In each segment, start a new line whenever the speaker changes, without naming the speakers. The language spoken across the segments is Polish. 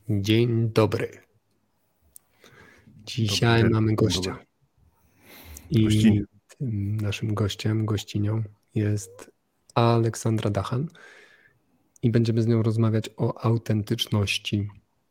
Dzień dobry. Dzisiaj mamy gościa. I tym naszym gościem, gościnią jest Aleksandra Dachan i będziemy z nią rozmawiać o autentyczności.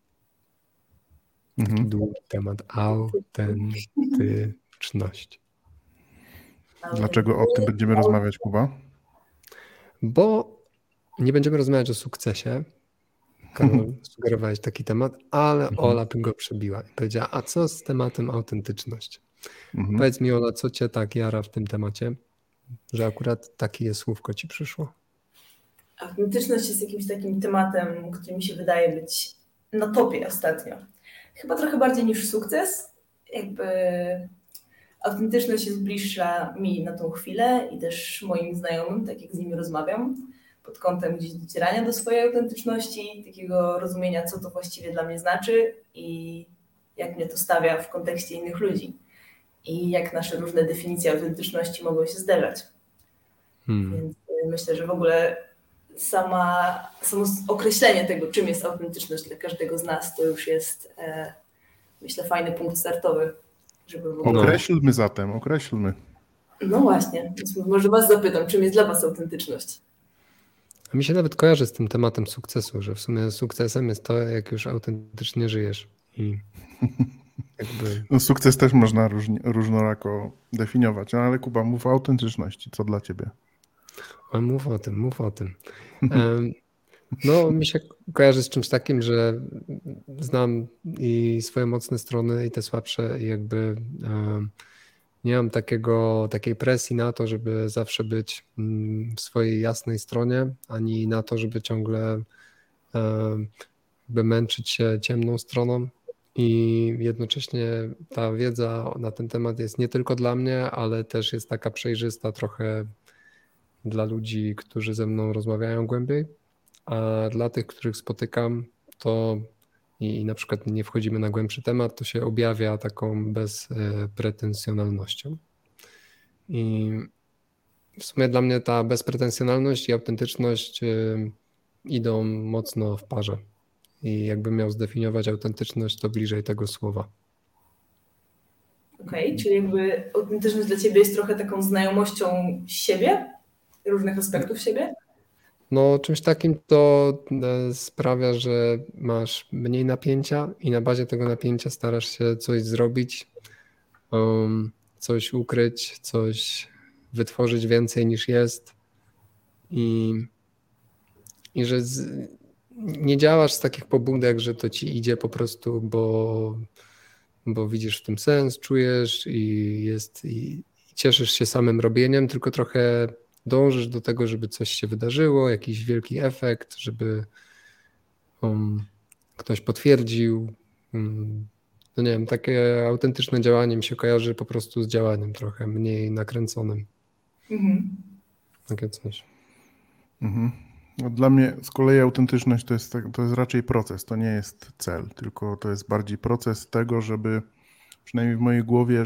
Taki długi temat. Autentyczność.
Dlaczego o tym będziemy rozmawiać, Kuba?
Bo nie będziemy rozmawiać o sukcesie. Karol, sugerowałeś taki temat, ale Ola go przebiła i powiedziała, a co z tematem autentyczność? Powiedz mi, Ola, co cię tak jara w tym temacie, że akurat takie słówko ci przyszło?
Autentyczność jest jakimś takim tematem, który mi się wydaje być na topie ostatnio. Chyba trochę bardziej niż sukces. Jakby autentyczność jest bliższa mi na tą chwilę i też moim znajomym, tak jak z nimi rozmawiam, pod kątem gdzieś docierania do swojej autentyczności, takiego rozumienia, co to właściwie dla mnie znaczy i jak mnie to stawia w kontekście innych ludzi i jak nasze różne definicje autentyczności mogą się zderzać. Więc myślę, że w ogóle samo określenie tego, czym jest autentyczność dla każdego z nas, to już jest, myślę, fajny punkt startowy. Żeby w ogóle...
Określmy.
No właśnie, więc może was zapytam, czym jest dla was autentyczność?
A mi się nawet kojarzy z tym tematem sukcesu, że w sumie sukcesem jest to, jak już autentycznie żyjesz. I jakby...
No, sukces też można różnorako definiować, no, ale Kuba, mów o autentyczności. Co dla ciebie?
A mów o tym. No, mi się kojarzy z czymś takim, że znam i swoje mocne strony i te słabsze i jakby nie mam takiej presji na to, żeby zawsze być w swojej jasnej stronie, ani na to, żeby ciągle męczyć się ciemną stroną. I jednocześnie ta wiedza na ten temat jest nie tylko dla mnie, ale też jest taka przejrzysta trochę dla ludzi, którzy ze mną rozmawiają głębiej, a dla tych, których spotykam, to i na przykład nie wchodzimy na głębszy temat, to się objawia taką bezpretensjonalnością. I w sumie dla mnie ta bezpretensjonalność i autentyczność idą mocno w parze. I jakbym miał zdefiniować autentyczność, to bliżej tego słowa.
Okej, czyli jakby autentyczność dla ciebie jest trochę taką znajomością siebie, różnych aspektów siebie?
No, czymś takim to sprawia, że masz mniej napięcia i na bazie tego napięcia starasz się coś zrobić, coś ukryć, coś wytworzyć więcej niż jest i że nie działasz z takich pobudek, że to ci idzie po prostu, bo widzisz w tym sens, czujesz i cieszysz się samym robieniem, tylko trochę dążysz do tego, żeby coś się wydarzyło, jakiś wielki efekt, żeby ktoś potwierdził. No nie wiem, takie autentyczne działanie mi się kojarzy po prostu z działaniem trochę mniej nakręconym. Takie coś.
No, dla mnie z kolei autentyczność to jest raczej proces, to nie jest cel, tylko to jest bardziej proces tego, żeby przynajmniej w mojej głowie,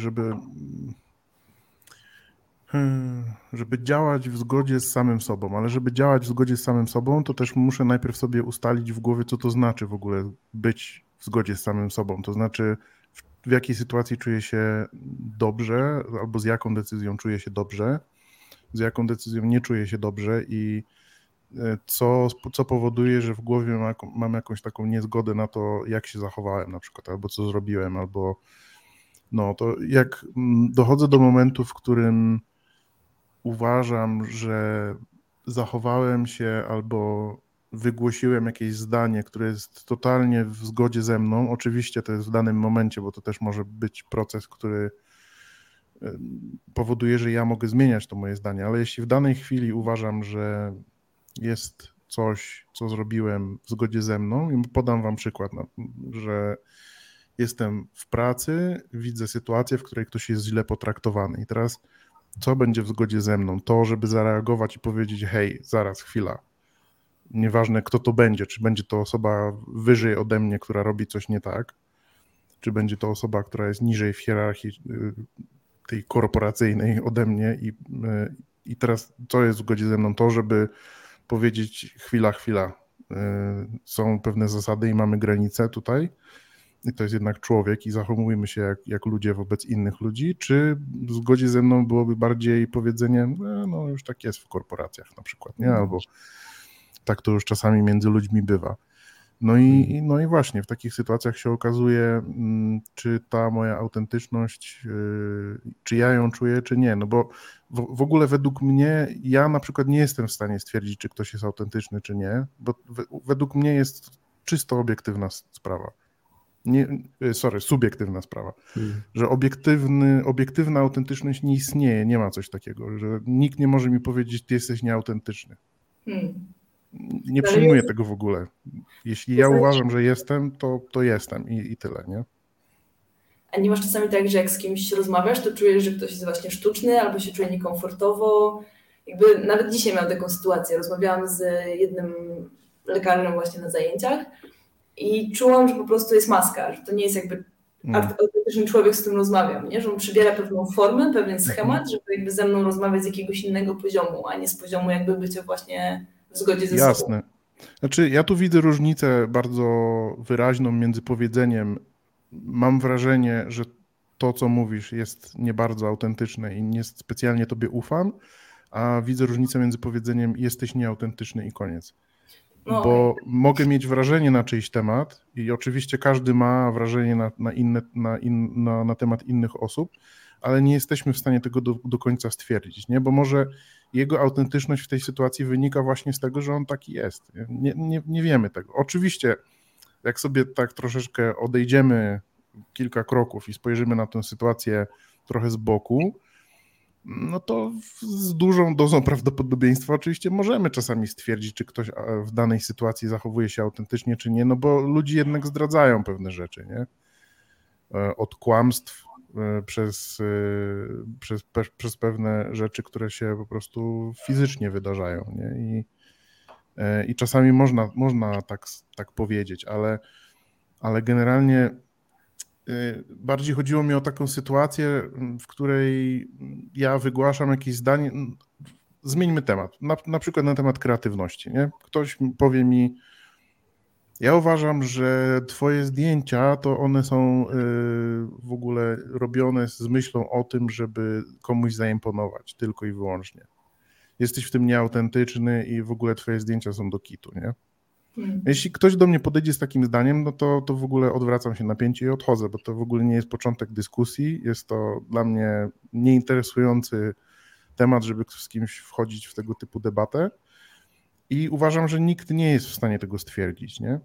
żeby działać w zgodzie z samym sobą, ale żeby działać w zgodzie z samym sobą, to też muszę najpierw sobie ustalić w głowie, co to znaczy w ogóle być w zgodzie z samym sobą, to znaczy w jakiej sytuacji czuję się dobrze, albo z jaką decyzją czuję się dobrze, z jaką decyzją nie czuję się dobrze i co powoduje, że w głowie mam jakąś taką niezgodę na to, jak się zachowałem na przykład, albo co zrobiłem, albo no to jak dochodzę do momentu, w którym uważam, że zachowałem się albo wygłosiłem jakieś zdanie, które jest totalnie w zgodzie ze mną, oczywiście to jest w danym momencie, bo to też może być proces, który powoduje, że ja mogę zmieniać to moje zdanie, ale jeśli w danej chwili uważam, że jest coś, co zrobiłem w zgodzie ze mną i podam wam przykład, że jestem w pracy, widzę sytuację, w której ktoś jest źle potraktowany i teraz co będzie w zgodzie ze mną? To, żeby zareagować i powiedzieć hej, zaraz, chwila, nieważne kto to będzie, czy będzie to osoba wyżej ode mnie, która robi coś nie tak, czy będzie to osoba, która jest niżej w hierarchii tej korporacyjnej ode mnie i teraz co jest w zgodzie ze mną? To, żeby powiedzieć chwila, są pewne zasady i mamy granice tutaj, i to jest jednak człowiek i zachowujemy się jak ludzie wobec innych ludzi, czy w zgodzie ze mną byłoby bardziej powiedzenie, no już tak jest w korporacjach na przykład, nie? Albo tak to już czasami między ludźmi bywa. No i właśnie w takich sytuacjach się okazuje, czy ta moja autentyczność, czy ja ją czuję, czy nie. No bo w ogóle według mnie, ja na przykład nie jestem w stanie stwierdzić, czy ktoś jest autentyczny, czy nie, bo według mnie jest czysto obiektywna sprawa. Subiektywna sprawa. Że obiektywna autentyczność nie istnieje, nie ma coś takiego, że nikt nie może mi powiedzieć, ty jesteś nieautentyczny. Nie przyjmuję tego w ogóle. Jeśli ja uważam, że jestem, to jestem i tyle, nie?
A nie masz czasami tak, że jak z kimś rozmawiasz, to czujesz, że ktoś jest właśnie sztuczny albo się czuje niekomfortowo? Jakby nawet dzisiaj miałam taką sytuację. Rozmawiałam z jednym lekarzem właśnie na zajęciach i czułam, że po prostu jest maska, że to nie jest jakby autentyczny człowiek, z którym rozmawiam, nie? Że on przybiera pewną formę, pewien schemat, żeby jakby ze mną rozmawiać z jakiegoś innego poziomu, a nie z poziomu jakby bycia właśnie w zgodzie ze sobą.
Jasne. Znaczy ja tu widzę różnicę bardzo wyraźną między powiedzeniem mam wrażenie, że to, co mówisz, jest nie bardzo autentyczne i nie specjalnie tobie ufam, a widzę różnicę między powiedzeniem jesteś nieautentyczny i koniec. Bo mogę mieć wrażenie na czyjś temat i oczywiście każdy ma wrażenie na temat innych osób, ale nie jesteśmy w stanie tego do końca stwierdzić, nie? Bo może jego autentyczność w tej sytuacji wynika właśnie z tego, że on taki jest. Nie wiemy tego. Oczywiście, jak sobie tak troszeczkę odejdziemy kilka kroków i spojrzymy na tę sytuację trochę z boku, no to z dużą dozą prawdopodobieństwa oczywiście możemy czasami stwierdzić, czy ktoś w danej sytuacji zachowuje się autentycznie, czy nie, no bo ludzie jednak zdradzają pewne rzeczy, nie? Od kłamstw przez pewne rzeczy, które się po prostu fizycznie wydarzają, nie? I czasami można tak powiedzieć, ale generalnie bardziej chodziło mi o taką sytuację, w której ja wygłaszam jakieś zdanie. Zmieńmy temat, na przykład na temat kreatywności, nie? Ktoś powie mi, ja uważam, że twoje zdjęcia to one są w ogóle robione z myślą o tym, żeby komuś zaimponować, tylko i wyłącznie. Jesteś w tym nieautentyczny i w ogóle twoje zdjęcia są do kitu, nie? Jeśli ktoś do mnie podejdzie z takim zdaniem, no to w ogóle odwracam się na pięcie i odchodzę, bo to w ogóle nie jest początek dyskusji, jest to dla mnie nieinteresujący temat, żeby z kimś wchodzić w tego typu debatę i uważam, że nikt nie jest w stanie tego stwierdzić, nie?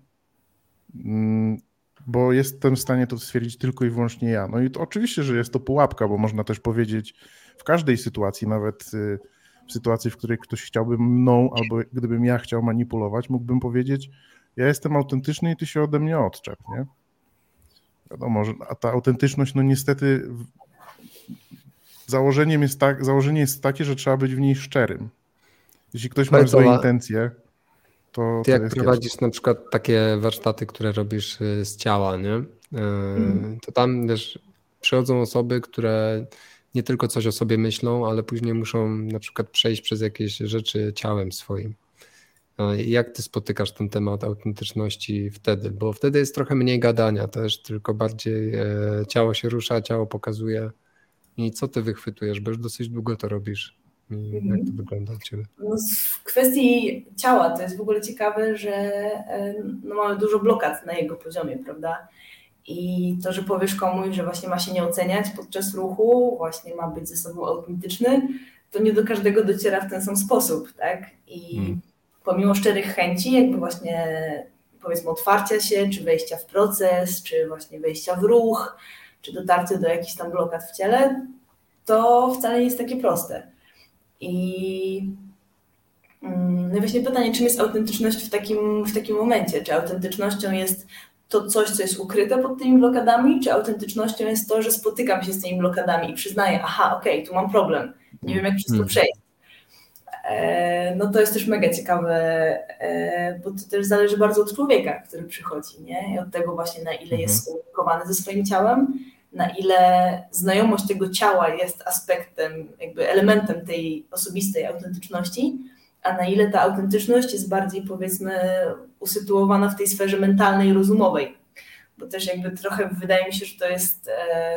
Bo jestem w stanie to stwierdzić tylko i wyłącznie ja. No i to oczywiście, że jest to pułapka, bo można też powiedzieć w każdej sytuacji, nawet w sytuacji, w której ktoś chciałby mną, albo gdybym ja chciał manipulować, mógłbym powiedzieć, ja jestem autentyczny i ty się ode mnie odczep, nie? Wiadomo, a ta autentyczność, no niestety założenie jest takie, że trzeba być w niej szczerym. Jeśli ktoś ma złe intencje, to
ty jak
jest
prowadzisz na przykład takie warsztaty, które robisz z ciała, nie? To tam, wiesz, przychodzą osoby, które nie tylko coś o sobie myślą, ale później muszą na przykład przejść przez jakieś rzeczy ciałem swoim. Jak ty spotykasz ten temat autentyczności wtedy? Bo wtedy jest trochę mniej gadania też, tylko bardziej ciało się rusza, ciało pokazuje. I co ty wychwytujesz? Bo już dosyć długo to robisz. Jak to wygląda u ciebie?
No, w kwestii ciała to jest w ogóle ciekawe, że mamy dużo blokad na jego poziomie, prawda? I to, że powiesz komuś, że właśnie ma się nie oceniać podczas ruchu, właśnie ma być ze sobą autentyczny, to nie do każdego dociera w ten sam sposób, tak? I pomimo szczerych chęci, jakby właśnie powiedzmy otwarcia się, czy wejścia w proces, czy właśnie wejścia w ruch, czy dotarcia do jakichś tam blokad w ciele, to wcale nie jest takie proste. I no właśnie pytanie, czym jest autentyczność w takim momencie? Czy autentycznością jest to coś, co jest ukryte pod tymi blokadami, czy autentycznością jest to, że spotykam się z tymi blokadami i przyznaję, okej, tu mam problem, nie wiem jak przez to przejść. No to jest też mega ciekawe, bo to też zależy bardzo od człowieka, który przychodzi, nie? I od tego właśnie, na ile jest skomunikowany ze swoim ciałem, na ile znajomość tego ciała jest aspektem, jakby elementem tej osobistej autentyczności, a na ile ta autentyczność jest bardziej, powiedzmy, usytuowana w tej sferze mentalnej, rozumowej. Bo też jakby trochę wydaje mi się, że to jest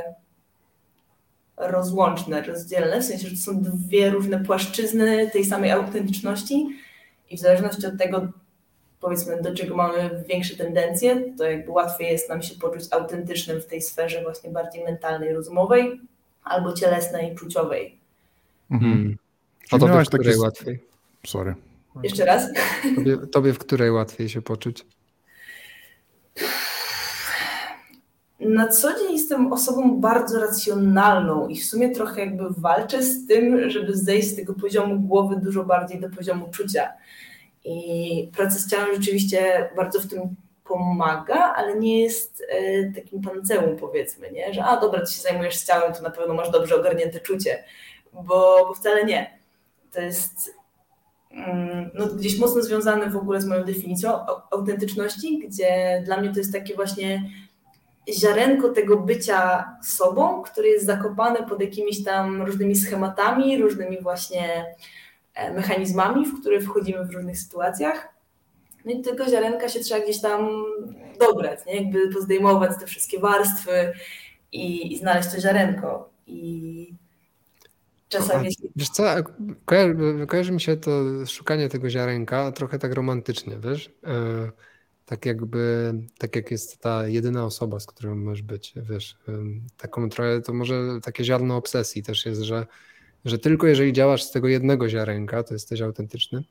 rozłączne, rozdzielne, w sensie, że to są dwie różne płaszczyzny tej samej autentyczności i w zależności od tego, powiedzmy, do czego mamy większe tendencje, to jakby łatwiej jest nam się poczuć autentycznym w tej sferze właśnie bardziej mentalnej, rozumowej albo cielesnej, czuciowej.
A tobie w której łatwiej?
Sorry.
Jeszcze raz?
Tobie w której łatwiej się poczuć?
Na co dzień jestem osobą bardzo racjonalną i w sumie trochę jakby walczę z tym, żeby zejść z tego poziomu głowy dużo bardziej do poziomu czucia. I praca z ciałem rzeczywiście bardzo w tym pomaga, ale nie jest takim panceum, powiedzmy, nie? Że dobra, ty się zajmujesz z ciałem, to na pewno masz dobrze ogarnięte czucie, bo wcale nie. To jest gdzieś mocno związane w ogóle z moją definicją autentyczności, gdzie dla mnie to jest takie właśnie ziarenko tego bycia sobą, które jest zakopane pod jakimiś tam różnymi schematami, różnymi właśnie mechanizmami, w które wchodzimy w różnych sytuacjach. No i tylko ziarenka się trzeba gdzieś tam dobrać, nie? Jakby pozdejmować te wszystkie warstwy i znaleźć to ziarenko. I czasami jest...
Wiesz co, kojarzy mi się to szukanie tego ziarenka trochę tak romantycznie, wiesz? Tak jak jest ta jedyna osoba, z którą możesz być, wiesz, taką trochę, to może takie ziarno obsesji też jest, że tylko jeżeli działasz z tego jednego ziarenka, to jesteś autentyczny.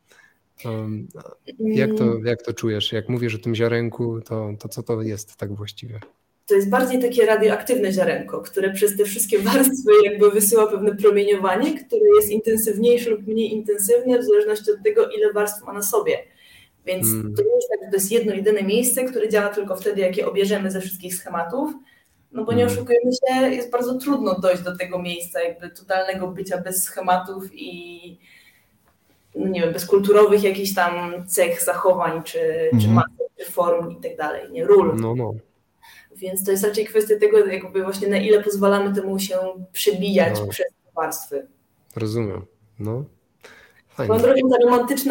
Jak to czujesz? Jak mówisz o tym ziarenku, to co to jest tak właściwie?
To jest bardziej takie radioaktywne ziarenko, które przez te wszystkie warstwy jakby wysyła pewne promieniowanie, które jest intensywniejsze lub mniej intensywne w zależności od tego, ile warstw ma na sobie. Więc to nie jest tak, że to jest jedno, jedyne miejsce, które działa tylko wtedy, jak je obierzemy ze wszystkich schematów, no bo nie oszukujmy się, jest bardzo trudno dojść do tego miejsca jakby totalnego bycia bez schematów i no nie wiem, bez kulturowych jakichś tam cech zachowań, czy masy, czy form i tak dalej, nie, ról.
No.
Więc to jest raczej kwestia tego, jakby właśnie na ile pozwalamy temu się przebijać przez te warstwy.
Rozumiem, no.
Bo drogą ta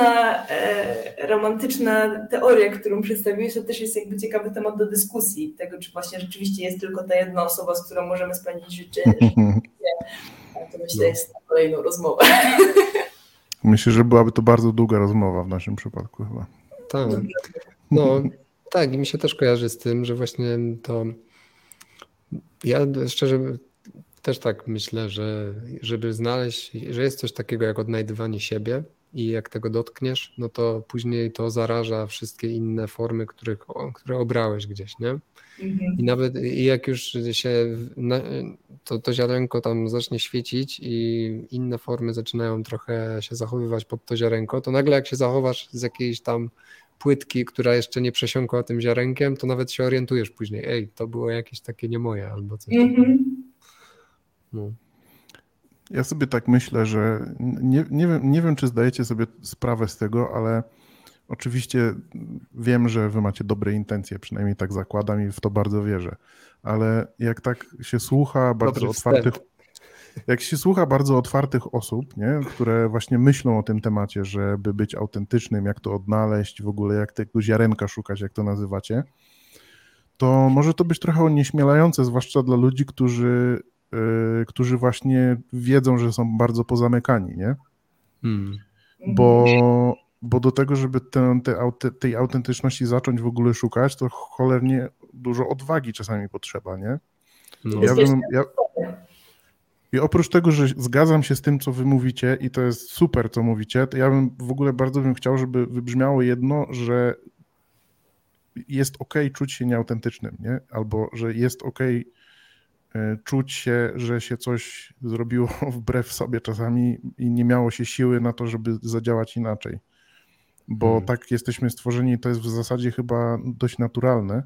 romantyczna teoria, którą przedstawiłeś, to też jest jakby ciekawy temat do dyskusji, tego czy właśnie rzeczywiście jest tylko ta jedna osoba, z którą możemy spędzić życie. To myślę jest na kolejną rozmowę.
Myślę, że byłaby to bardzo długa rozmowa w naszym przypadku chyba.
Tak. No tak, i mi się też kojarzy z tym, że właśnie to ja szczerze też tak myślę, że żeby znaleźć, że jest coś takiego jak odnajdywanie siebie i jak tego dotkniesz, no to później to zaraża wszystkie inne formy, które obrałeś gdzieś, nie? I nawet jak już się to ziarenko tam zacznie świecić i inne formy zaczynają trochę się zachowywać pod to ziarenko, to nagle jak się zachowasz z jakiejś tam płytki, która jeszcze nie przesiąkła tym ziarenkiem, to nawet się orientujesz później, to było jakieś takie nie moje albo coś takiego. No.
Ja sobie tak myślę, że nie wiem, czy zdajecie sobie sprawę z tego, ale oczywiście wiem, że wy macie dobre intencje, przynajmniej tak zakładam i w to bardzo wierzę, ale jak tak się słucha bardzo otwartych osób, nie, które właśnie myślą o tym temacie, żeby być autentycznym, jak to odnaleźć, w ogóle jak tego ziarenka szukać, jak to nazywacie, to może to być trochę onieśmielające, zwłaszcza dla ludzi, którzy właśnie wiedzą, że są bardzo pozamykani, nie? Bo do tego, żeby tej autentyczności zacząć w ogóle szukać, to cholernie dużo odwagi czasami potrzeba, nie?
No.
I oprócz tego, że zgadzam się z tym, co wy mówicie i to jest super, co mówicie, to ja bym w ogóle bardzo chciał, żeby wybrzmiało jedno, że jest okej czuć się nieautentycznym, nie? Albo, że jest okej czuć się, że się coś zrobiło wbrew sobie czasami i nie miało się siły na to, żeby zadziałać inaczej. Bo tak jesteśmy stworzeni i to jest w zasadzie chyba dość naturalne.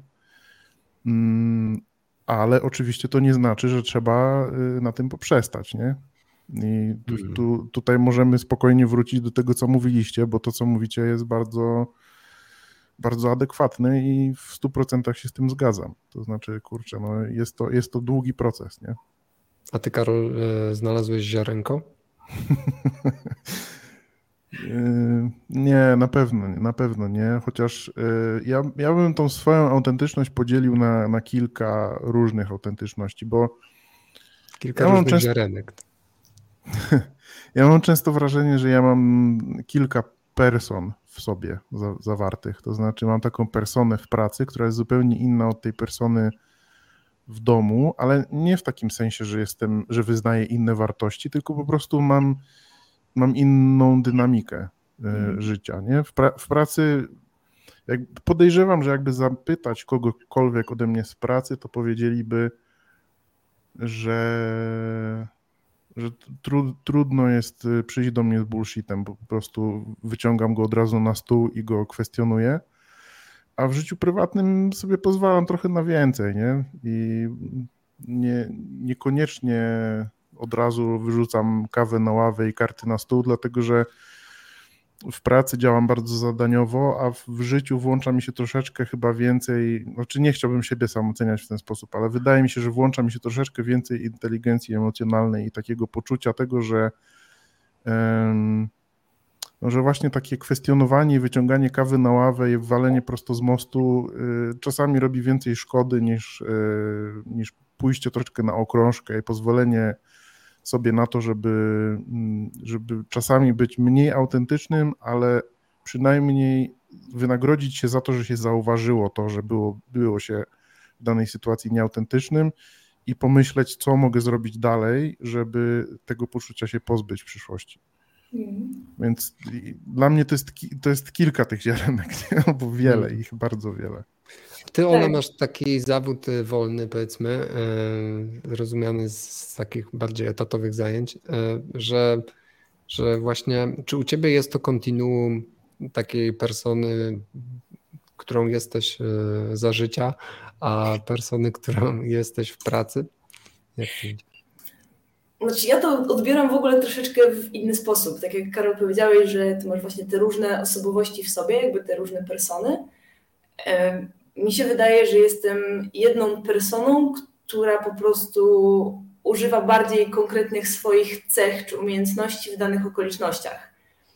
Ale oczywiście to nie znaczy, że trzeba na tym poprzestać, nie? I tutaj możemy spokojnie wrócić do tego, co mówiliście, bo to, co mówicie, jest bardzo, bardzo adekwatne i w 100% się z tym zgadzam. To znaczy, kurczę, no jest to długi proces, nie?
A ty, Karol, znalazłeś ziarenko?
Nie, na pewno nie, chociaż ja bym tą swoją autentyczność podzielił na kilka różnych autentyczności, bo
Kilka różnych ziarenek.
Ja mam często wrażenie, że ja mam kilka person w sobie zawartych, to znaczy mam taką personę w pracy, która jest zupełnie inna od tej persony w domu, ale nie w takim sensie, że wyznaję inne wartości, tylko po prostu mam inną dynamikę życia, nie? W pracy podejrzewam, że jakby zapytać kogokolwiek ode mnie z pracy, to powiedzieliby, że trudno jest przyjść do mnie z bullshitem, bo po prostu wyciągam go od razu na stół i go kwestionuję, a w życiu prywatnym sobie pozwalam trochę na więcej, nie? I niekoniecznie od razu wyrzucam kawę na ławę i karty na stół, dlatego że w pracy działam bardzo zadaniowo, a w życiu włącza mi się troszeczkę chyba więcej, znaczy nie chciałbym siebie sam oceniać w ten sposób, ale wydaje mi się, że włącza mi się troszeczkę więcej inteligencji emocjonalnej i takiego poczucia tego, że właśnie takie kwestionowanie i wyciąganie kawy na ławę i walenie prosto z mostu czasami robi więcej szkody niż pójście troszeczkę na okrążkę i pozwolenie sobie na to, żeby czasami być mniej autentycznym, ale przynajmniej wynagrodzić się za to, że się zauważyło to, że było się w danej sytuacji nieautentycznym i pomyśleć, co mogę zrobić dalej, żeby tego poczucia się pozbyć w przyszłości. Więc dla mnie to jest kilka tych ziarenek, albo wiele, ich bardzo wiele.
Ty, Ola, masz taki zawód wolny, powiedzmy, rozumiany z takich bardziej etatowych zajęć, że właśnie, czy u ciebie jest to kontinuum takiej persony, którą jesteś za życia, a persony, którą jesteś w pracy? Jak to idzie?
Znaczy ja to odbieram w ogóle troszeczkę w inny sposób. Tak jak Karol powiedziałeś, że ty masz właśnie te różne osobowości w sobie, jakby te różne persony. Mi się wydaje, że jestem jedną personą, która po prostu używa bardziej konkretnych swoich cech czy umiejętności w danych okolicznościach.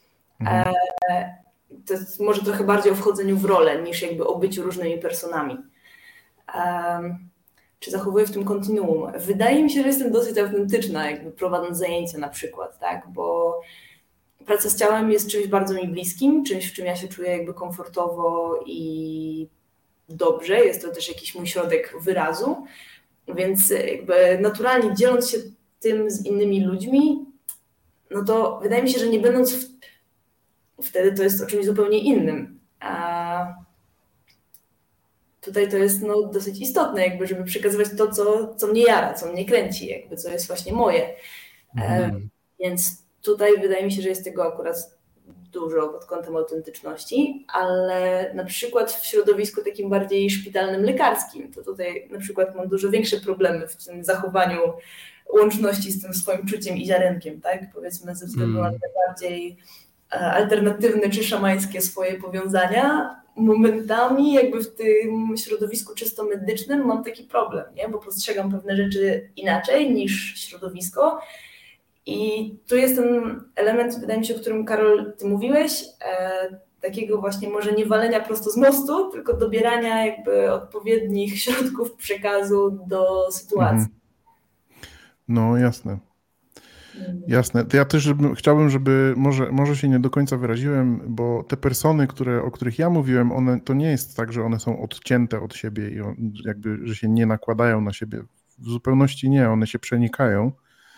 To jest może trochę bardziej o wchodzeniu w rolę niż jakby o byciu różnymi personami. Czy zachowuję w tym kontinuum? Wydaje mi się, że jestem dosyć autentyczna, jakby prowadząc zajęcia na przykład, tak? Bo praca z ciałem jest czymś bardzo mi bliskim, czymś, w czym ja się czuję jakby komfortowo i dobrze. Jest to też jakiś mój środek wyrazu, więc jakby naturalnie dzieląc się tym z innymi ludźmi, no to wydaje mi się, że nie będąc wtedy to jest o czymś zupełnie innym. A tutaj to jest dosyć istotne, jakby, żeby przekazywać to, co mnie jara, co mnie kręci, jakby, co jest właśnie moje. Więc tutaj wydaje mi się, że jest tego akurat dużo pod kątem autentyczności, ale na przykład w środowisku takim bardziej szpitalnym, lekarskim, to tutaj na przykład mam dużo większe problemy w tym zachowaniu łączności z tym swoim czuciem i ziarenkiem, tak? Powiedzmy ze względu na te bardziej alternatywne czy szamańskie swoje powiązania. Momentami jakby w tym środowisku czysto medycznym mam taki problem, nie? Bo postrzegam pewne rzeczy inaczej niż środowisko. I tu jest ten element, wydaje mi się, o którym, Karol, ty mówiłeś, takiego właśnie może nie walenia prosto z mostu, tylko dobierania jakby odpowiednich środków przekazu do sytuacji.
No jasne. Jasne. To ja też chciałbym, żeby, może się nie do końca wyraziłem, bo te persony, o których ja mówiłem, to nie jest tak, że one są odcięte od siebie i jakby, że się nie nakładają na siebie. W zupełności nie, one się przenikają.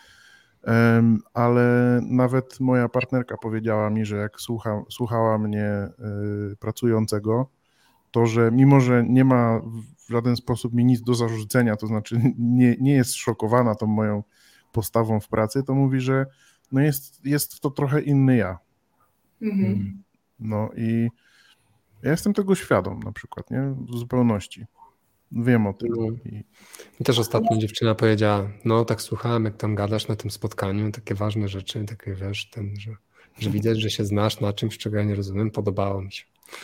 Ale nawet moja partnerka powiedziała mi, że jak słuchała mnie pracującego, to że mimo, że nie ma w żaden sposób mi nic do zarzucenia, to znaczy nie jest szokowana tą moją postawą w pracy, to mówi, że no jest to trochę inny ja. No i ja jestem tego świadom na przykład, nie? W zupełności. Wiem o tym.
Mi też ostatnio dziewczyna powiedziała, no tak słuchałem, jak tam gadasz na tym spotkaniu, takie ważne rzeczy, takie wiesz, że widać, że się znasz na czymś, czego ja nie rozumiem, podobało mi się.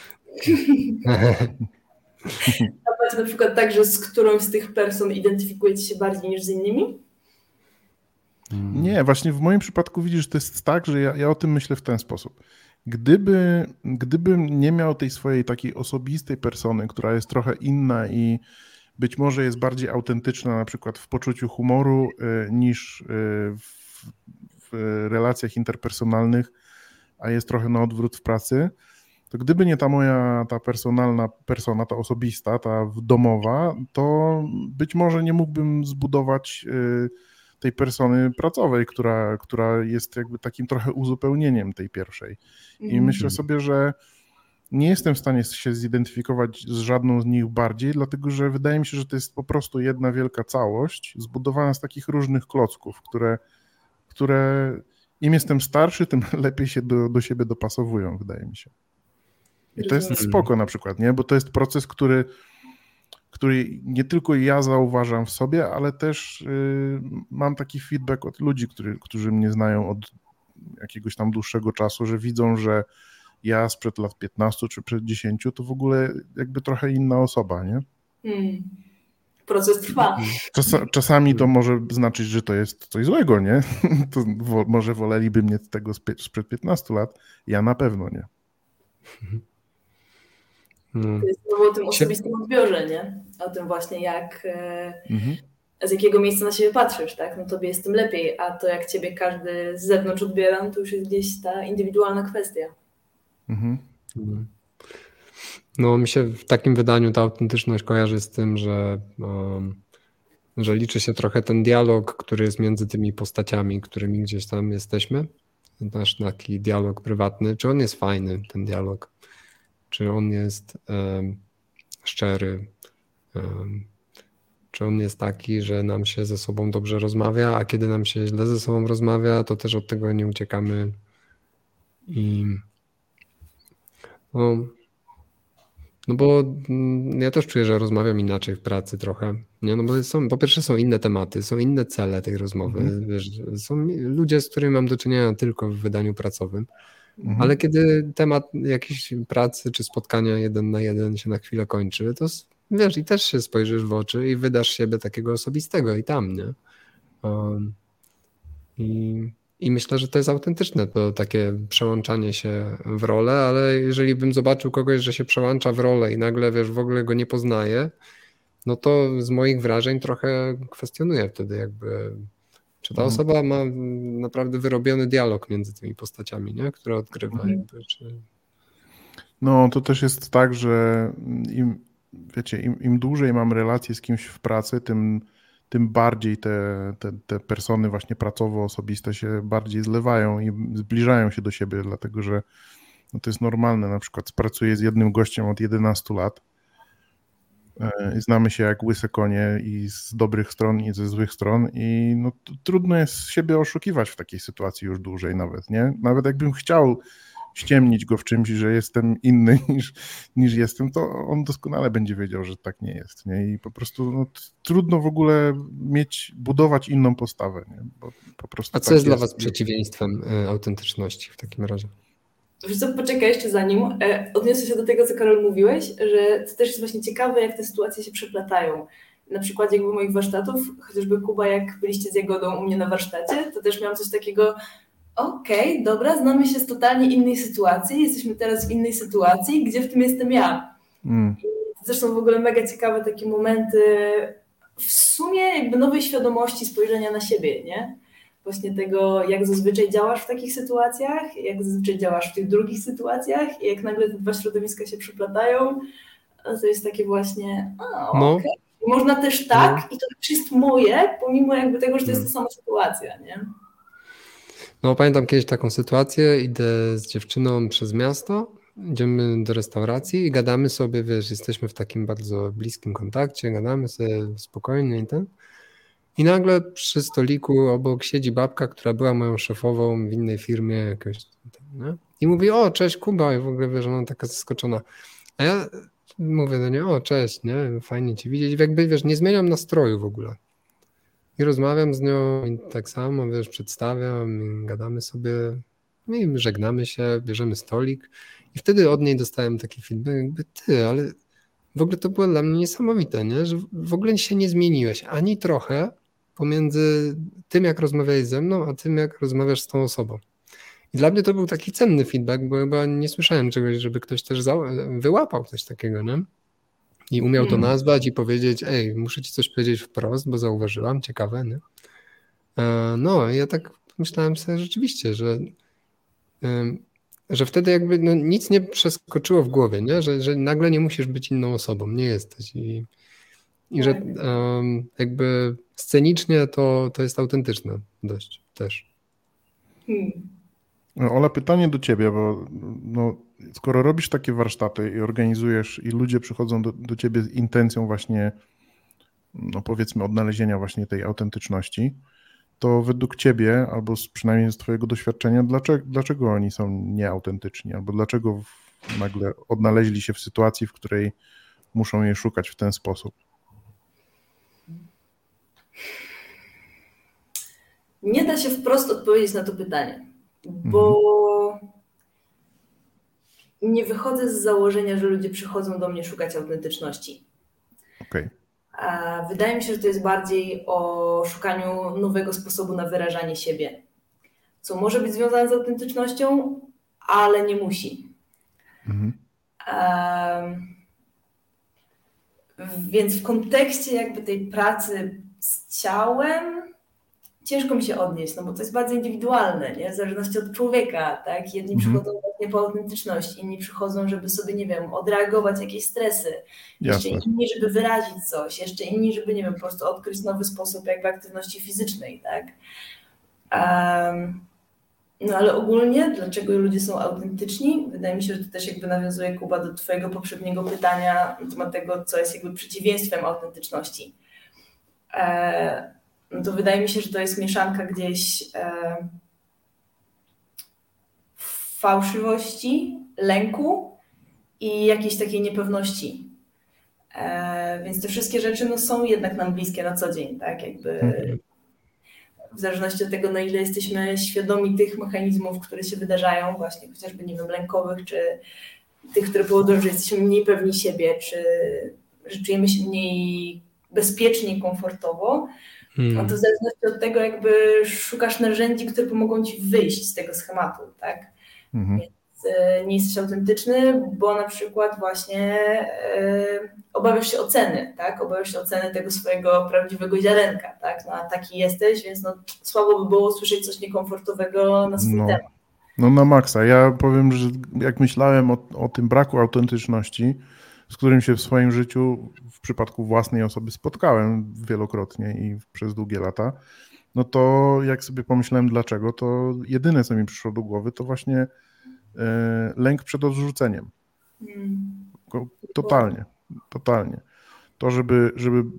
Na przykład tak, że z którąś z tych person identyfikujecie się bardziej niż z innymi?
Nie, właśnie w moim przypadku widzisz, to jest tak, że ja o tym myślę w ten sposób. Gdybym nie miał tej swojej takiej osobistej persony, która jest trochę inna i być może jest bardziej autentyczna na przykład w poczuciu humoru niż w relacjach interpersonalnych, a jest trochę na odwrót w pracy, to gdyby nie ta moja, ta personalna persona, ta osobista, ta domowa, to być może nie mógłbym zbudować tej persony pracowej, która jest jakby takim trochę uzupełnieniem tej pierwszej. I myślę sobie, że nie jestem w stanie się zidentyfikować z żadną z nich bardziej, dlatego że wydaje mi się, że to jest po prostu jedna wielka całość zbudowana z takich różnych klocków, które im jestem starszy, tym lepiej się do siebie dopasowują, wydaje mi się. I to jest spoko na przykład, nie? Bo to jest proces, który nie tylko ja zauważam w sobie, ale też mam taki feedback od ludzi, którzy mnie znają od jakiegoś tam dłuższego czasu, że widzą, że ja sprzed lat 15 czy przed 10 to w ogóle jakby trochę inna osoba, nie?
Proces trwa.
Czasami to może znaczyć, że to jest coś złego, nie? To może woleliby mnie tego sprzed 15 lat, ja na pewno nie.
To jest znowu o tym osobistym odbiorze, nie? O tym właśnie jak z jakiego miejsca na siebie patrzysz, tak? No tobie jest tym lepiej, a to jak ciebie każdy z zewnątrz odbiera, to już jest gdzieś ta indywidualna kwestia.
No mi się w takim wydaniu ta autentyczność kojarzy z tym, że liczy się trochę ten dialog, który jest między tymi postaciami, którymi gdzieś tam jesteśmy. Nasz taki dialog prywatny. Czy on jest fajny, ten dialog? Czy on jest szczery? Czy on jest taki, że nam się ze sobą dobrze rozmawia, a kiedy nam się źle ze sobą rozmawia, to też od tego nie uciekamy. I no bo ja też czuję, że rozmawiam inaczej w pracy trochę. Nie? No bo po pierwsze są inne tematy, są inne cele tej rozmowy. Wiesz, są ludzie, z którymi mam do czynienia tylko w wydaniu pracowym. Ale kiedy temat jakiejś pracy czy spotkania 1 na 1 się na chwilę kończy, to wiesz, i też się spojrzysz w oczy i wydasz siebie takiego osobistego i tam, nie? I myślę, że to jest autentyczne, to takie przełączanie się w rolę, ale jeżeli bym zobaczył kogoś, że się przełącza w rolę i nagle, wiesz, w ogóle go nie poznaje, no to z moich wrażeń trochę kwestionuję wtedy jakby, czy ta osoba ma naprawdę wyrobiony dialog między tymi postaciami, nie? Które odgrywa jakby, czy...
No to też jest tak, że im dłużej mam relacje z kimś w pracy, tym bardziej te persony właśnie pracowo-osobiste się bardziej zlewają i zbliżają się do siebie, dlatego że no to jest normalne. Na przykład pracuję z jednym gościem od 11 lat. Znamy się jak łyse konie i z dobrych stron i ze złych stron i no, trudno jest siebie oszukiwać w takiej sytuacji już dłużej nawet, nie? Nawet jakbym chciał ściemnić go w czymś, że jestem inny niż jestem, to on doskonale będzie wiedział, że tak nie jest, nie? I po prostu no, trudno w ogóle budować inną postawę, nie? Bo po prostu
A co jest dla was przeciwieństwem autentyczności w takim razie?
Wiesz co, poczekaj jeszcze zanim. Odniosę się do tego, co Karol mówiłeś, że to też jest właśnie ciekawe, jak te sytuacje się przeplatają. Na przykładzie jakby moich warsztatów, chociażby Kuba, jak byliście z Jagodą u mnie na warsztacie, to też miałam coś takiego, okej, dobra, znamy się z totalnie innej sytuacji, jesteśmy teraz w innej sytuacji, gdzie w tym jestem ja. Zresztą w ogóle mega ciekawe takie momenty w sumie jakby nowej świadomości spojrzenia na siebie, nie? Właśnie tego, jak zazwyczaj działasz w takich sytuacjach, jak zazwyczaj działasz w tych drugich sytuacjach i jak nagle te dwa środowiska się przeplatają, to jest takie właśnie, okej. Można też tak i to też jest moje, pomimo jakby tego, że to jest ta sama sytuacja, nie?
No pamiętam kiedyś taką sytuację, idę z dziewczyną przez miasto, idziemy do restauracji i gadamy sobie, wiesz, jesteśmy w takim bardzo bliskim kontakcie, gadamy sobie spokojnie i ten. I nagle przy stoliku obok siedzi babka, która była moją szefową w innej firmie jakoś, nie? I mówi, o, cześć Kuba, i w ogóle, wiesz, ona taka zaskoczona. A ja mówię do niej, o, cześć, nie, fajnie cię widzieć. I jakby, wiesz, nie zmieniam nastroju w ogóle. I rozmawiam z nią i tak samo, wiesz, przedstawiam, i gadamy sobie, i żegnamy się, bierzemy stolik. I wtedy od niej dostałem taki feedback, jakby ale w ogóle to było dla mnie niesamowite, nie? Że w ogóle się nie zmieniłeś ani trochę pomiędzy tym, jak rozmawiałeś ze mną, a tym, jak rozmawiasz z tą osobą. dla mnie to był taki cenny feedback, bo chyba nie słyszałem czegoś, żeby ktoś też wyłapał coś takiego, nie? I umiał to nazwać i powiedzieć, ej, muszę ci coś powiedzieć wprost, bo zauważyłam, ciekawe, nie? No, ja tak myślałem sobie rzeczywiście, że wtedy jakby nic nie przeskoczyło w głowie, nie? Że nagle nie musisz być inną osobą, nie jesteś. I że jakby scenicznie to jest autentyczne dość też.
Ola, pytanie do ciebie, bo skoro robisz takie warsztaty i organizujesz i ludzie przychodzą do ciebie z intencją właśnie, powiedzmy, odnalezienia właśnie tej autentyczności, to według ciebie, albo przynajmniej z twojego doświadczenia, dlaczego oni są nieautentyczni, albo dlaczego nagle odnaleźli się w sytuacji, w której muszą jej szukać w ten sposób?
Nie da się wprost odpowiedzieć na to pytanie, bo nie wychodzę z założenia, że ludzie przychodzą do mnie szukać autentyczności.
Okay.
Wydaje mi się, że to jest bardziej o szukaniu nowego sposobu na wyrażanie siebie, co może być związane z autentycznością, ale nie musi. Więc w kontekście jakby tej pracy z ciałem ciężko mi się odnieść, no bo to jest bardzo indywidualne, nie? W zależności od człowieka, tak? Jedni przychodzą właśnie po autentyczność, inni przychodzą, żeby sobie, nie wiem, odreagować jakieś stresy, jeszcze inni, żeby wyrazić coś, jeszcze inni, żeby, nie wiem, po prostu odkryć nowy sposób jakby aktywności fizycznej, tak? No ale ogólnie, dlaczego ludzie są autentyczni? Wydaje mi się, że to też jakby nawiązuje, Kuba, do twojego poprzedniego pytania na temat tego, co jest jakby przeciwieństwem autentyczności. No to wydaje mi się, że to jest mieszanka gdzieś fałszywości, lęku i jakiejś takiej niepewności. Więc te wszystkie rzeczy są jednak nam bliskie na co dzień, tak? Jakby w zależności od tego, na ile jesteśmy świadomi tych mechanizmów, które się wydarzają, właśnie chociażby, nie wiem, lękowych, czy tych, które powodują, że jesteśmy mniej pewni siebie, czy że czujemy się mniej bezpiecznie i komfortowo, no to w zależności od tego jakby szukasz narzędzi, które pomogą ci wyjść z tego schematu, tak? Więc nie jesteś autentyczny, bo na przykład właśnie obawiasz się oceny, tak? Obawiasz się oceny tego swojego prawdziwego ziarenka, tak? No a taki jesteś, więc słabo by było słyszeć coś niekomfortowego na swój temat.
No na maksa. Ja powiem, że jak myślałem o tym braku autentyczności, z którym się w swoim życiu w przypadku własnej osoby spotkałem wielokrotnie i przez długie lata, no to jak sobie pomyślałem dlaczego, to jedyne, co mi przyszło do głowy, to właśnie lęk przed odrzuceniem. Totalnie. To, żeby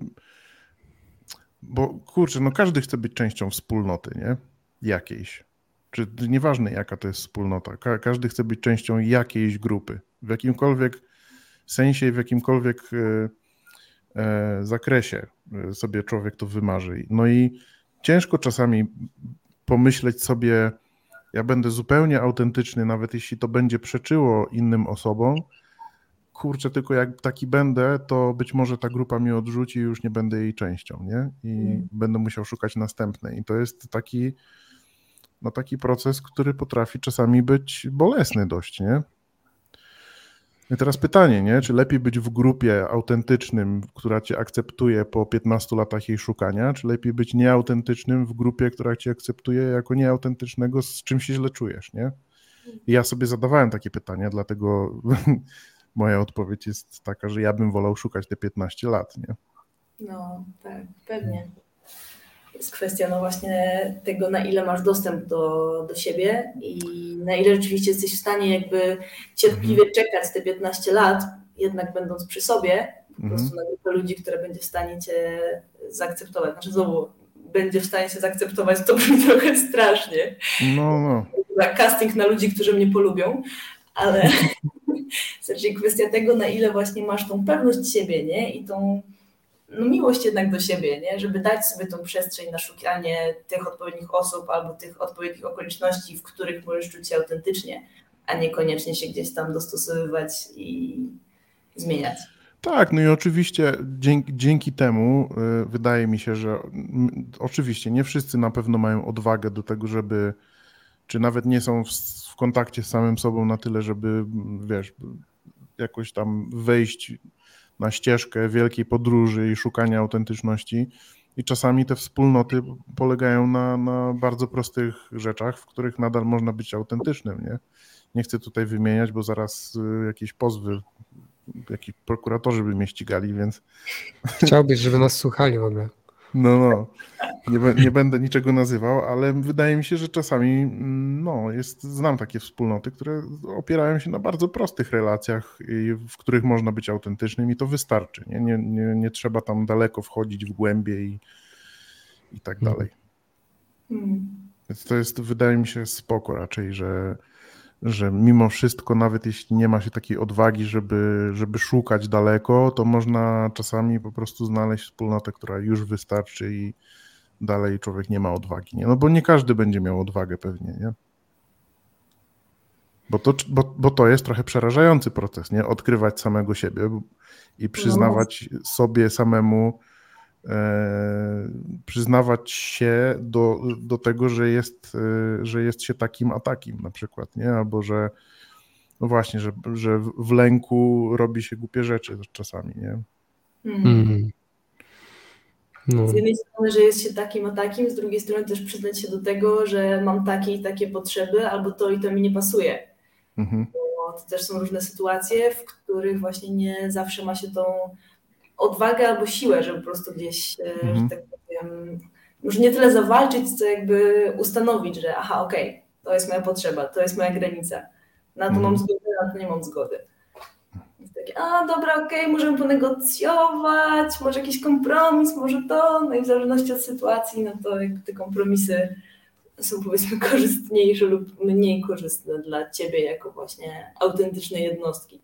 bo kurczę, no każdy chce być częścią wspólnoty, nie? Jakiejś. Czy nieważne jaka to jest wspólnota, każdy chce być częścią jakiejś grupy. W jakimkolwiek sensie, w jakimkolwiek zakresie sobie człowiek to wymarzy. No i ciężko czasami pomyśleć sobie, ja będę zupełnie autentyczny, nawet jeśli to będzie przeczyło innym osobom, kurczę, tylko jak taki będę, to być może ta grupa mnie odrzuci i już nie będę jej częścią, nie? I będę musiał szukać następnej. I to jest taki proces, który potrafi czasami być bolesny dość, nie? I teraz pytanie, nie? Czy lepiej być w grupie autentycznym, która cię akceptuje po 15 latach jej szukania, czy lepiej być nieautentycznym w grupie, która cię akceptuje jako nieautentycznego, z czym się źle czujesz, nie? I ja sobie zadawałem takie pytania, dlatego moja odpowiedź jest taka, że ja bym wolał szukać te 15 lat, nie?
No, tak, pewnie. Jest kwestia właśnie tego, na ile masz dostęp do siebie i na ile rzeczywiście jesteś w stanie jakby cierpliwie czekać te 15 lat, jednak będąc przy sobie, po prostu na grupę ludzi, która będzie w stanie cię zaakceptować. Znaczy znowu, będzie w stanie się zaakceptować, to brzmi trochę strasznie.
No.
Casting na ludzi, którzy mnie polubią, ale znaczy kwestia tego, na ile właśnie masz tą pewność siebie, nie? I tą miłość jednak do siebie, nie? Żeby dać sobie tą przestrzeń na szukanie tych odpowiednich osób albo tych odpowiednich okoliczności, w których możesz czuć się autentycznie, a niekoniecznie się gdzieś tam dostosowywać i zmieniać.
Tak, no i oczywiście dzięki temu wydaje mi się, że oczywiście nie wszyscy na pewno mają odwagę do tego, żeby czy nawet nie są w kontakcie z samym sobą na tyle, żeby, wiesz, jakoś tam wejść na ścieżkę wielkiej podróży i szukania autentyczności. I czasami te wspólnoty polegają na bardzo prostych rzeczach, w których nadal można być autentycznym, nie? Nie chcę tutaj wymieniać, bo zaraz jakieś pozwy, jakiś prokuratorzy by mnie ścigali, więc...
Chciałbyś, żeby nas słuchali w ogóle.
No. Nie będę niczego nazywał, ale wydaje mi się, że czasami znam takie wspólnoty, które opierają się na bardzo prostych relacjach, w których można być autentycznym i to wystarczy. Nie trzeba tam daleko wchodzić w głębie i tak dalej. Więc to jest, wydaje mi się, spoko raczej, że mimo wszystko, nawet jeśli nie ma się takiej odwagi, żeby szukać daleko, to można czasami po prostu znaleźć wspólnotę, która już wystarczy i dalej człowiek nie ma odwagi, nie? No bo nie każdy będzie miał odwagę pewnie, nie? Bo to jest trochę przerażający proces, nie? Odkrywać samego siebie i przyznawać sobie samemu, przyznawać się do tego, że jest się takim a takim na przykład, nie? Albo że no właśnie, że w lęku robi się głupie rzeczy czasami, nie?
Z jednej strony, że jest się takim a takim, z drugiej strony też przyznać się do tego, że mam takie i takie potrzeby, albo to i to mi nie pasuje. Bo to też są różne sytuacje, w których właśnie nie zawsze ma się tą odwagę albo siłę, żeby po prostu gdzieś, że tak powiem, może nie tyle zawalczyć, co jakby ustanowić, że okej, to jest moja potrzeba, to jest moja granica. Na to mam zgodę, na to nie mam zgody. Jest takie, dobra, okej, możemy ponegocjować, może jakiś kompromis, może to, no i w zależności od sytuacji, no to jakby te kompromisy są powiedzmy korzystniejsze lub mniej korzystne dla ciebie jako właśnie autentycznej jednostki.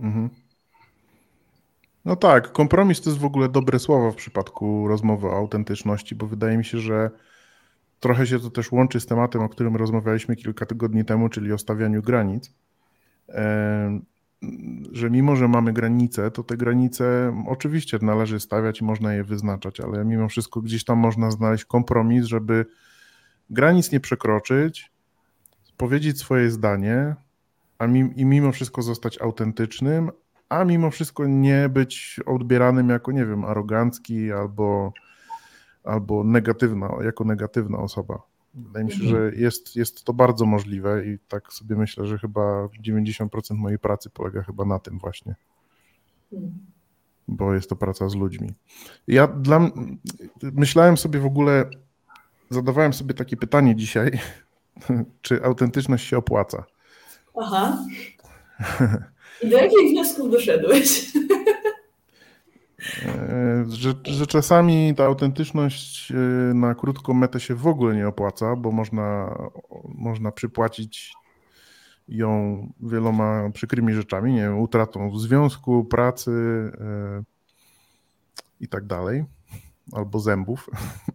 No tak, kompromis to jest w ogóle dobre słowo w przypadku rozmowy o autentyczności, bo wydaje mi się, że trochę się to też łączy z tematem, o którym rozmawialiśmy kilka tygodni temu, czyli o stawianiu granic. Że mimo, że mamy granice, to te granice oczywiście należy stawiać i można je wyznaczać, ale mimo wszystko gdzieś tam można znaleźć kompromis, żeby granic nie przekroczyć, powiedzieć swoje zdanie, i mimo wszystko zostać autentycznym, a mimo wszystko nie być odbieranym jako, nie wiem, arogancki albo negatywna osoba. Wydaje mi się, że jest to bardzo możliwe i tak sobie myślę, że chyba 90% mojej pracy polega chyba na tym właśnie, bo jest to praca z ludźmi. Myślałem sobie w ogóle, zadawałem sobie takie pytanie dzisiaj, czy autentyczność się opłaca?
I do jakich wniosków doszedłeś?
Że czasami ta autentyczność na krótką metę się w ogóle nie opłaca, bo można przypłacić ją wieloma przykrymi rzeczami, nie wiem, utratą związku, pracy i tak dalej, albo zębów.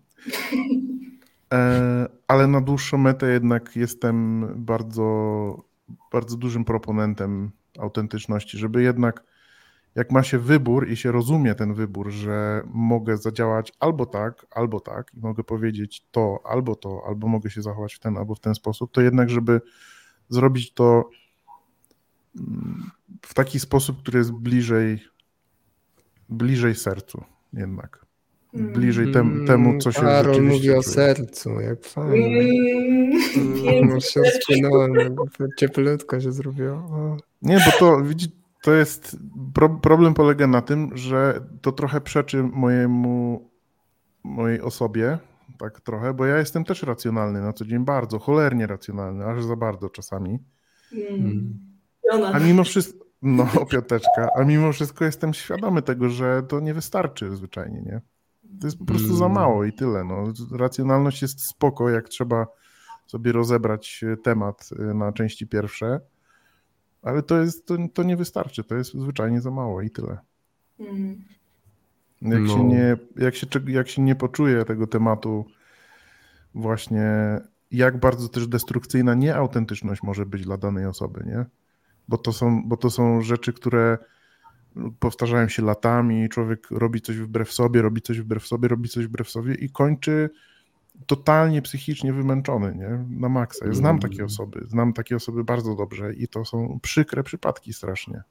Ale na dłuższą metę jednak jestem bardzo, bardzo dużym proponentem autentyczności, żeby jednak jak ma się wybór i się rozumie ten wybór, że mogę zadziałać albo tak i mogę powiedzieć to, albo mogę się zachować w ten albo w ten sposób, to jednak, żeby zrobić to w taki sposób, który jest bliżej sercu jednak. Bliżej temu, co się
Karol
rzeczywiście
mówi o
czuje.
sercu, jak fajnie. Się rozpłynąłem, cieplutko się zrobiło.
Nie, bo to to jest, problem polega na tym, że to trochę przeczy mojej osobie, tak trochę, bo ja jestem też racjonalny na co dzień, bardzo, cholernie racjonalny, aż za bardzo czasami. A mimo wszystko, piąteczka, a mimo wszystko jestem świadomy tego, że to nie wystarczy zwyczajnie, nie? To jest po prostu za mało i tyle. No. Racjonalność jest spoko, jak trzeba sobie rozebrać temat na części pierwsze, ale to nie wystarczy, to jest zwyczajnie za mało i tyle. Jak się nie poczuje tego tematu właśnie, jak bardzo też destrukcyjna nieautentyczność może być dla danej osoby, nie? Bo to są rzeczy, które powtarzają się latami, człowiek robi coś wbrew sobie i kończy totalnie psychicznie wymęczony, nie? Na maksa. Ja znam takie osoby bardzo dobrze i to są przykre przypadki strasznie.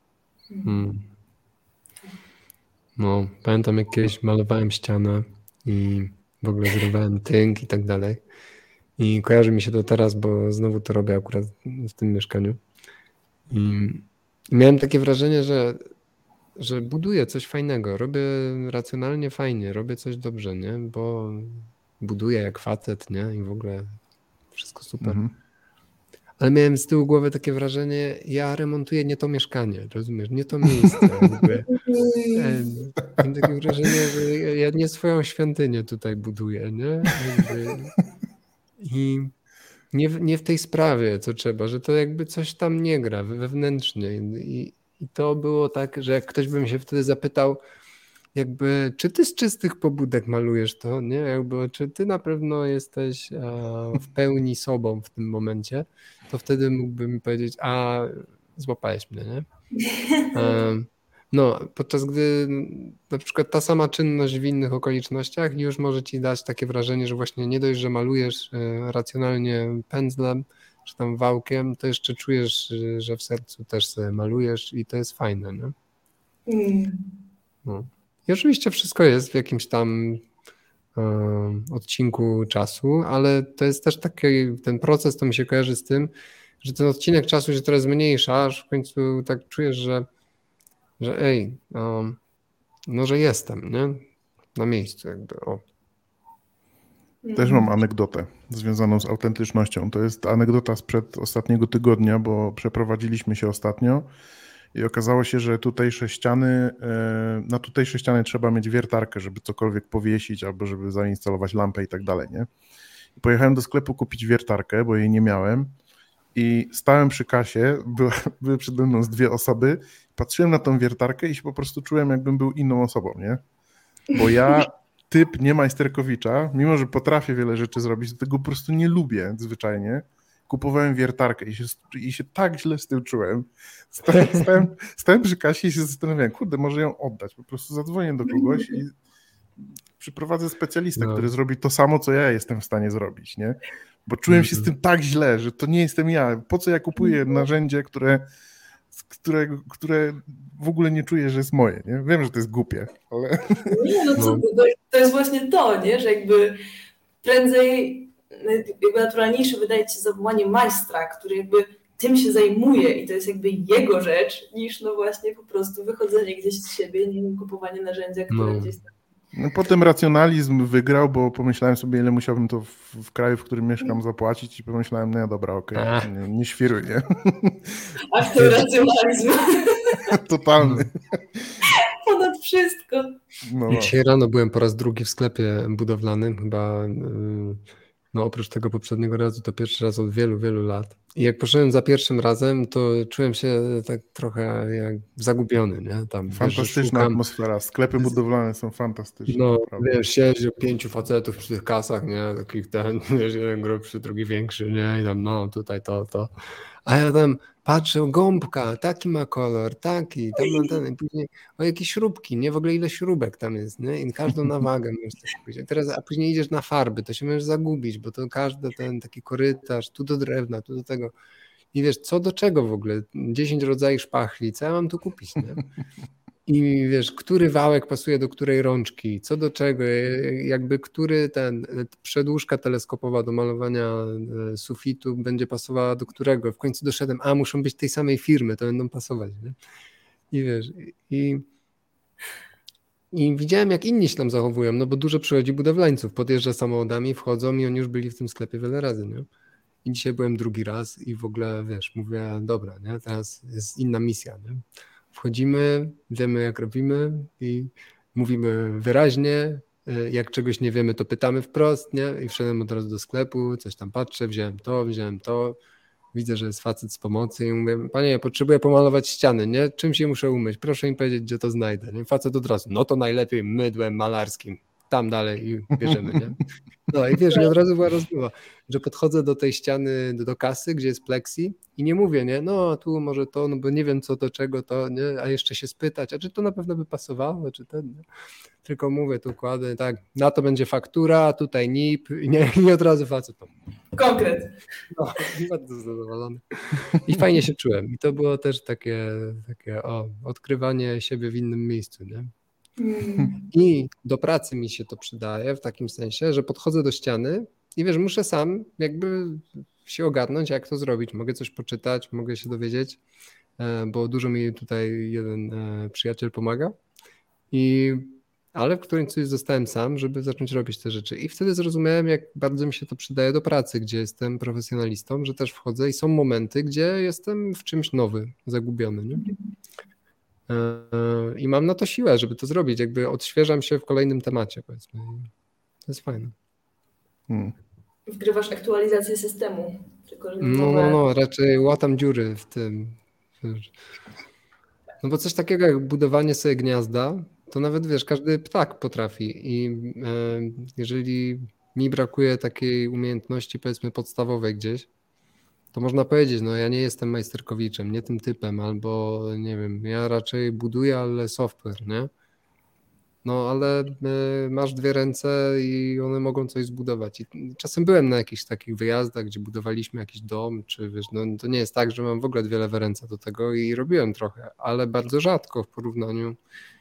No, pamiętam jak kiedyś malowałem ścianę i w ogóle zrywałem tynk i tak dalej. I kojarzy mi się to teraz, bo znowu to robię akurat w tym mieszkaniu. I miałem takie wrażenie, że buduję coś fajnego, robię racjonalnie fajnie, robię coś dobrze, nie? Bo buduję jak facet, nie? I w ogóle wszystko super. Ale miałem z tyłu głowy takie wrażenie, ja remontuję nie to mieszkanie, rozumiesz? Nie to miejsce. Mam takie wrażenie, że ja nie swoją świątynię tutaj buduję, nie? I nie w tej sprawie, co trzeba, że to jakby coś tam nie gra wewnętrznie. I to było tak, że jak ktoś by mnie się wtedy zapytał, jakby, czy ty z czystych pobudek malujesz to, nie? Jakby, czy ty na pewno jesteś w pełni sobą w tym momencie, to wtedy mógłbym mi powiedzieć, złapałeś mnie, nie? No, podczas gdy na przykład ta sama czynność w innych okolicznościach już może ci dać takie wrażenie, że właśnie nie dość, że malujesz racjonalnie pędzlem czy tam wałkiem, to jeszcze czujesz, że w sercu też sobie malujesz i to jest fajne, nie? No. I oczywiście wszystko jest w jakimś tam odcinku czasu, ale to jest też taki, ten proces to mi się kojarzy z tym, że ten odcinek czasu się teraz zmniejsza, aż w końcu tak czujesz, że że jestem, nie? Na miejscu jakby,
Też mam anegdotę związaną z autentycznością. To jest anegdota sprzed ostatniego tygodnia, bo przeprowadziliśmy się ostatnio i okazało się, że na tutejsze ściany trzeba mieć wiertarkę, żeby cokolwiek powiesić albo żeby zainstalować lampę i tak dalej, nie? Pojechałem do sklepu kupić wiertarkę, bo jej nie miałem i stałem przy kasie, były przede mną z 2 osoby, patrzyłem na tą wiertarkę i się po prostu czułem, jakbym był inną osobą, nie? Bo ja, typ nie majsterkowicza, mimo że potrafię wiele rzeczy zrobić, to tego po prostu nie lubię zwyczajnie. Kupowałem wiertarkę i się tak źle z tym czułem. Stałem przy kasie i się zastanawiałem, kurde, może ją oddać. Po prostu zadzwonię do kogoś i przyprowadzę specjalistę, który zrobi to samo, co ja jestem w stanie zrobić, nie? Bo czułem się z tym tak źle, że to nie jestem ja. Po co ja kupuję narzędzie, które w ogóle nie czuję, że jest moje, nie? Wiem, że to jest głupie, ale...
Nie, to jest właśnie to, nie? Że jakby prędzej jakby naturalniejsze wydaje ci się zawołanie majstra, który jakby tym się zajmuje i to jest jakby jego rzecz, niż no właśnie po prostu wychodzenie gdzieś z siebie, nie kupowanie narzędzia, które gdzieś tam...
No, potem racjonalizm wygrał, bo pomyślałem sobie, ile musiałbym to w kraju, w którym mieszkam, zapłacić i pomyślałem, no dobra, okej, nie świruj, nie?
A ten racjonalizm.
Totalny.
Ponad wszystko.
Dzisiaj rano byłem po raz drugi w sklepie budowlanym, chyba oprócz tego poprzedniego razu, to pierwszy raz od wielu, wielu lat. I jak poszedłem za pierwszym razem, to czułem się tak trochę jak zagubiony, nie? Tam,
fantastyczna atmosfera, sklepy budowlane są fantastyczne.
No, wiesz, siedział 5 facetów przy tych kasach, nie? Takich wiesz, jeden grubszy, drugi większy, nie? I tam, tutaj to. A ja tam patrzę, gąbka, taki ma kolor, taki, tam ma ten, i później jakieś śrubki, nie? W ogóle ile śrubek tam jest, nie? I każdą na wagę możesz tak pójść. A później idziesz na farby, to się możesz zagubić, bo to każdy ten taki korytarz, tu do drewna, tu do tego. I wiesz, co do czego w ogóle? 10 rodzajów szpachli, co ja mam tu kupić, nie? I wiesz, który wałek pasuje do której rączki, co do czego, jakby który przedłużka teleskopowa do malowania sufitu będzie pasowała do którego. W końcu doszedłem, muszą być tej samej firmy, to będą pasować. Nie? I wiesz, i widziałem, jak inni się tam zachowują, no bo dużo przychodzi budowlańców, podjeżdża samochodami, wchodzą i oni już byli w tym sklepie wiele razy, nie? I dzisiaj byłem drugi raz i w ogóle, wiesz, mówię, dobra, nie? Teraz jest inna misja, nie? Wchodzimy, wiemy jak robimy i mówimy wyraźnie, jak czegoś nie wiemy, to pytamy wprost, nie? I wszedłem od razu do sklepu, coś tam patrzę, wziąłem to, widzę, że jest facet z pomocy i mówię, panie, ja potrzebuję pomalować ściany, nie? Czym się muszę umyć? Proszę mi powiedzieć, gdzie to znajdę. Nie? Facet od razu, no to najlepiej mydłem malarskim. tam dalej i bierzemy, nie? No i wiesz, i od razu była rozmowa, że podchodzę do tej ściany, do kasy, gdzie jest plexi i nie mówię, nie, no tu może to, no bo nie wiem co do czego to, nie, a jeszcze się spytać, a czy to na pewno by pasowało, czy ten, nie? Tylko mówię, tu kładę, tak, na to będzie faktura, tutaj NIP i nie od razu facet.
Konkret.
No, bardzo zadowolony. I fajnie się czułem. I to było też takie odkrywanie siebie w innym miejscu, nie? I do pracy mi się to przydaje w takim sensie, że podchodzę do ściany i wiesz, muszę sam jakby się ogarnąć, jak to zrobić. Mogę coś poczytać, mogę się dowiedzieć, bo dużo mi tutaj jeden przyjaciel pomaga. Ale w którymś zostałem sam, żeby zacząć robić te rzeczy. I wtedy zrozumiałem, jak bardzo mi się to przydaje do pracy, gdzie jestem profesjonalistą, że też wchodzę i są momenty, gdzie jestem w czymś nowy, zagubiony. Nie? I mam na to siłę, żeby to zrobić. Jakby odświeżam się w kolejnym temacie, powiedzmy. To jest fajne.
Wgrywasz aktualizację systemu. Tylko, że
No, raczej łatam dziury w tym. No bo coś takiego jak budowanie sobie gniazda, to nawet wiesz, każdy ptak potrafi i jeżeli mi brakuje takiej umiejętności powiedzmy podstawowej gdzieś, to można powiedzieć, no ja nie jestem majsterkowiczem, nie tym typem, albo nie wiem, ja raczej buduję, ale software, nie? No ale masz dwie ręce i one mogą coś zbudować. I czasem byłem na jakichś takich wyjazdach, gdzie budowaliśmy jakiś dom, czy wiesz, no to nie jest tak, że mam w ogóle dwie lewe ręce do tego i robiłem trochę, ale bardzo rzadko w porównaniu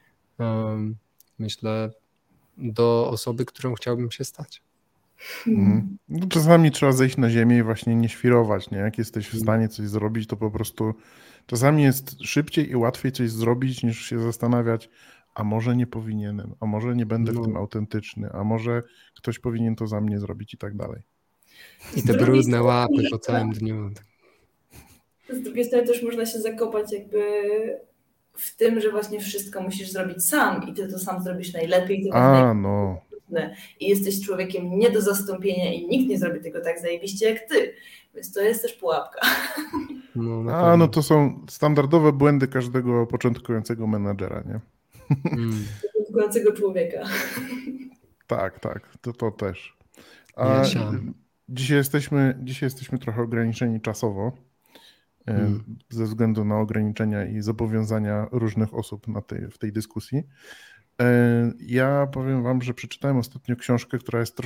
myślę do osoby, którą chciałbym się stać.
No, czasami trzeba zejść na ziemię i właśnie nie świrować, nie? Jak jesteś w stanie coś zrobić, to po prostu czasami jest szybciej i łatwiej coś zrobić, niż się zastanawiać, a może nie powinienem, a może nie będę w tym autentyczny, a może ktoś powinien to za mnie zrobić i tak dalej.
I te brudne łapy po całym dniu.
Z drugiej strony też można się zakopać jakby w tym, że właśnie wszystko musisz zrobić sam i ty to sam zrobisz najlepiej. I jesteś człowiekiem nie do zastąpienia i nikt nie zrobi tego tak zajebiście jak ty. Więc to jest też pułapka.
No to są standardowe błędy każdego początkującego menadżera, nie?
Początkującego człowieka.
Tak, to też. A dzisiaj jesteśmy trochę ograniczeni czasowo ze względu na ograniczenia i zobowiązania różnych osób w tej dyskusji. Ja powiem wam, że przeczytałem ostatnio książkę, która jest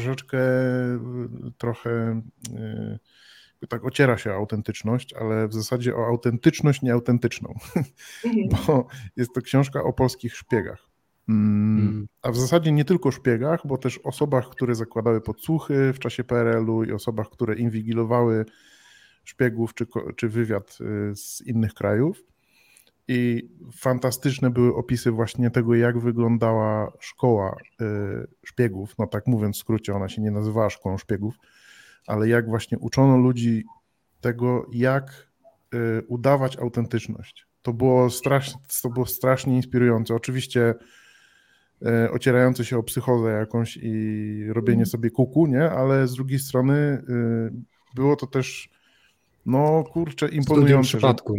trochę tak ociera się o autentyczność, ale w zasadzie o autentyczność nieautentyczną, bo jest to książka o polskich szpiegach. A w zasadzie nie tylko szpiegach, bo też osobach, które zakładały podsłuchy w czasie PRL-u i osobach, które inwigilowały szpiegów czy wywiad z innych krajów. I fantastyczne były opisy właśnie tego, jak wyglądała szkoła szpiegów, no tak mówiąc w skrócie, ona się nie nazywała szkołą szpiegów, ale jak właśnie uczono ludzi tego, jak udawać autentyczność. To było strasznie inspirujące. Oczywiście ocierające się o psychozę jakąś i robienie sobie kuku, nie? Ale z drugiej strony było to też, no kurczę, imponujące.
Studium przypadku.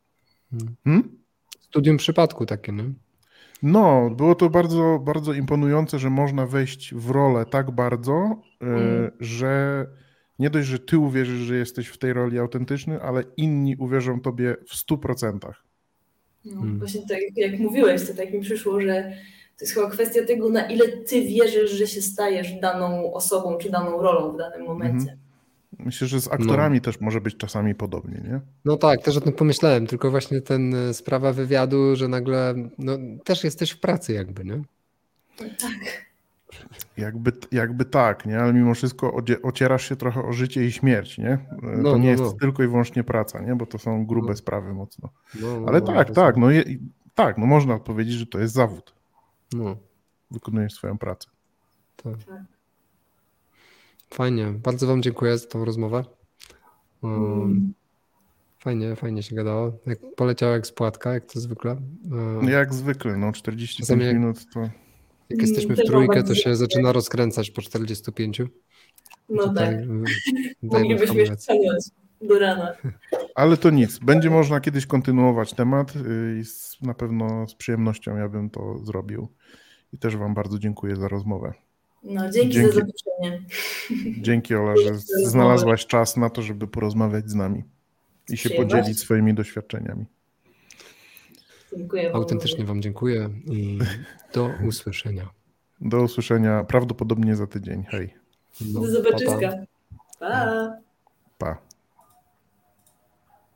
Studium przypadku takie, nie?
No, było to bardzo, bardzo imponujące, że można wejść w rolę tak bardzo, że nie dość, że ty uwierzysz, że jesteś w tej roli autentyczny, ale inni uwierzą tobie w 100%.
Właśnie tak jak mówiłeś, to tak mi przyszło, że to jest chyba kwestia tego, na ile ty wierzysz, że się stajesz daną osobą czy daną rolą w danym momencie.
Myślę, że z aktorami też może być czasami podobnie, nie?
No tak, też o tym pomyślałem, tylko właśnie sprawa wywiadu, że nagle też jesteś w pracy jakby, nie?
Tak.
Jakby tak, nie? Ale mimo wszystko ocierasz się trochę o życie i śmierć, nie? To nie jest tylko i wyłącznie praca, nie? Bo to są grube sprawy mocno. Ale tak, można powiedzieć, że to jest zawód. Wykonujesz swoją pracę.
Tak. Fajnie, bardzo wam dziękuję za tą rozmowę. Fajnie się gadało. Poleciała jak spłatka, jak to zwykle.
Jak zwykle, 45 minut to...
Jak jesteśmy w trójkę, to się zaczyna rozkręcać po 45.
No tak. Moglibyśmy jeszcze przejąć do rana.
Ale to nic. Będzie można kiedyś kontynuować temat i na pewno z przyjemnością ja bym to zrobił. I też wam bardzo dziękuję za rozmowę.
No, dzięki za zaproszenie.
Dzięki, Ola, że znalazłaś czas na to, żeby porozmawiać z nami i się podzielić swoimi doświadczeniami.
Dziękuję.
Autentycznie Wam dziękuję i do usłyszenia.
Do usłyszenia prawdopodobnie za tydzień. Hej.
Do zobaczyska. Pa.
Pa.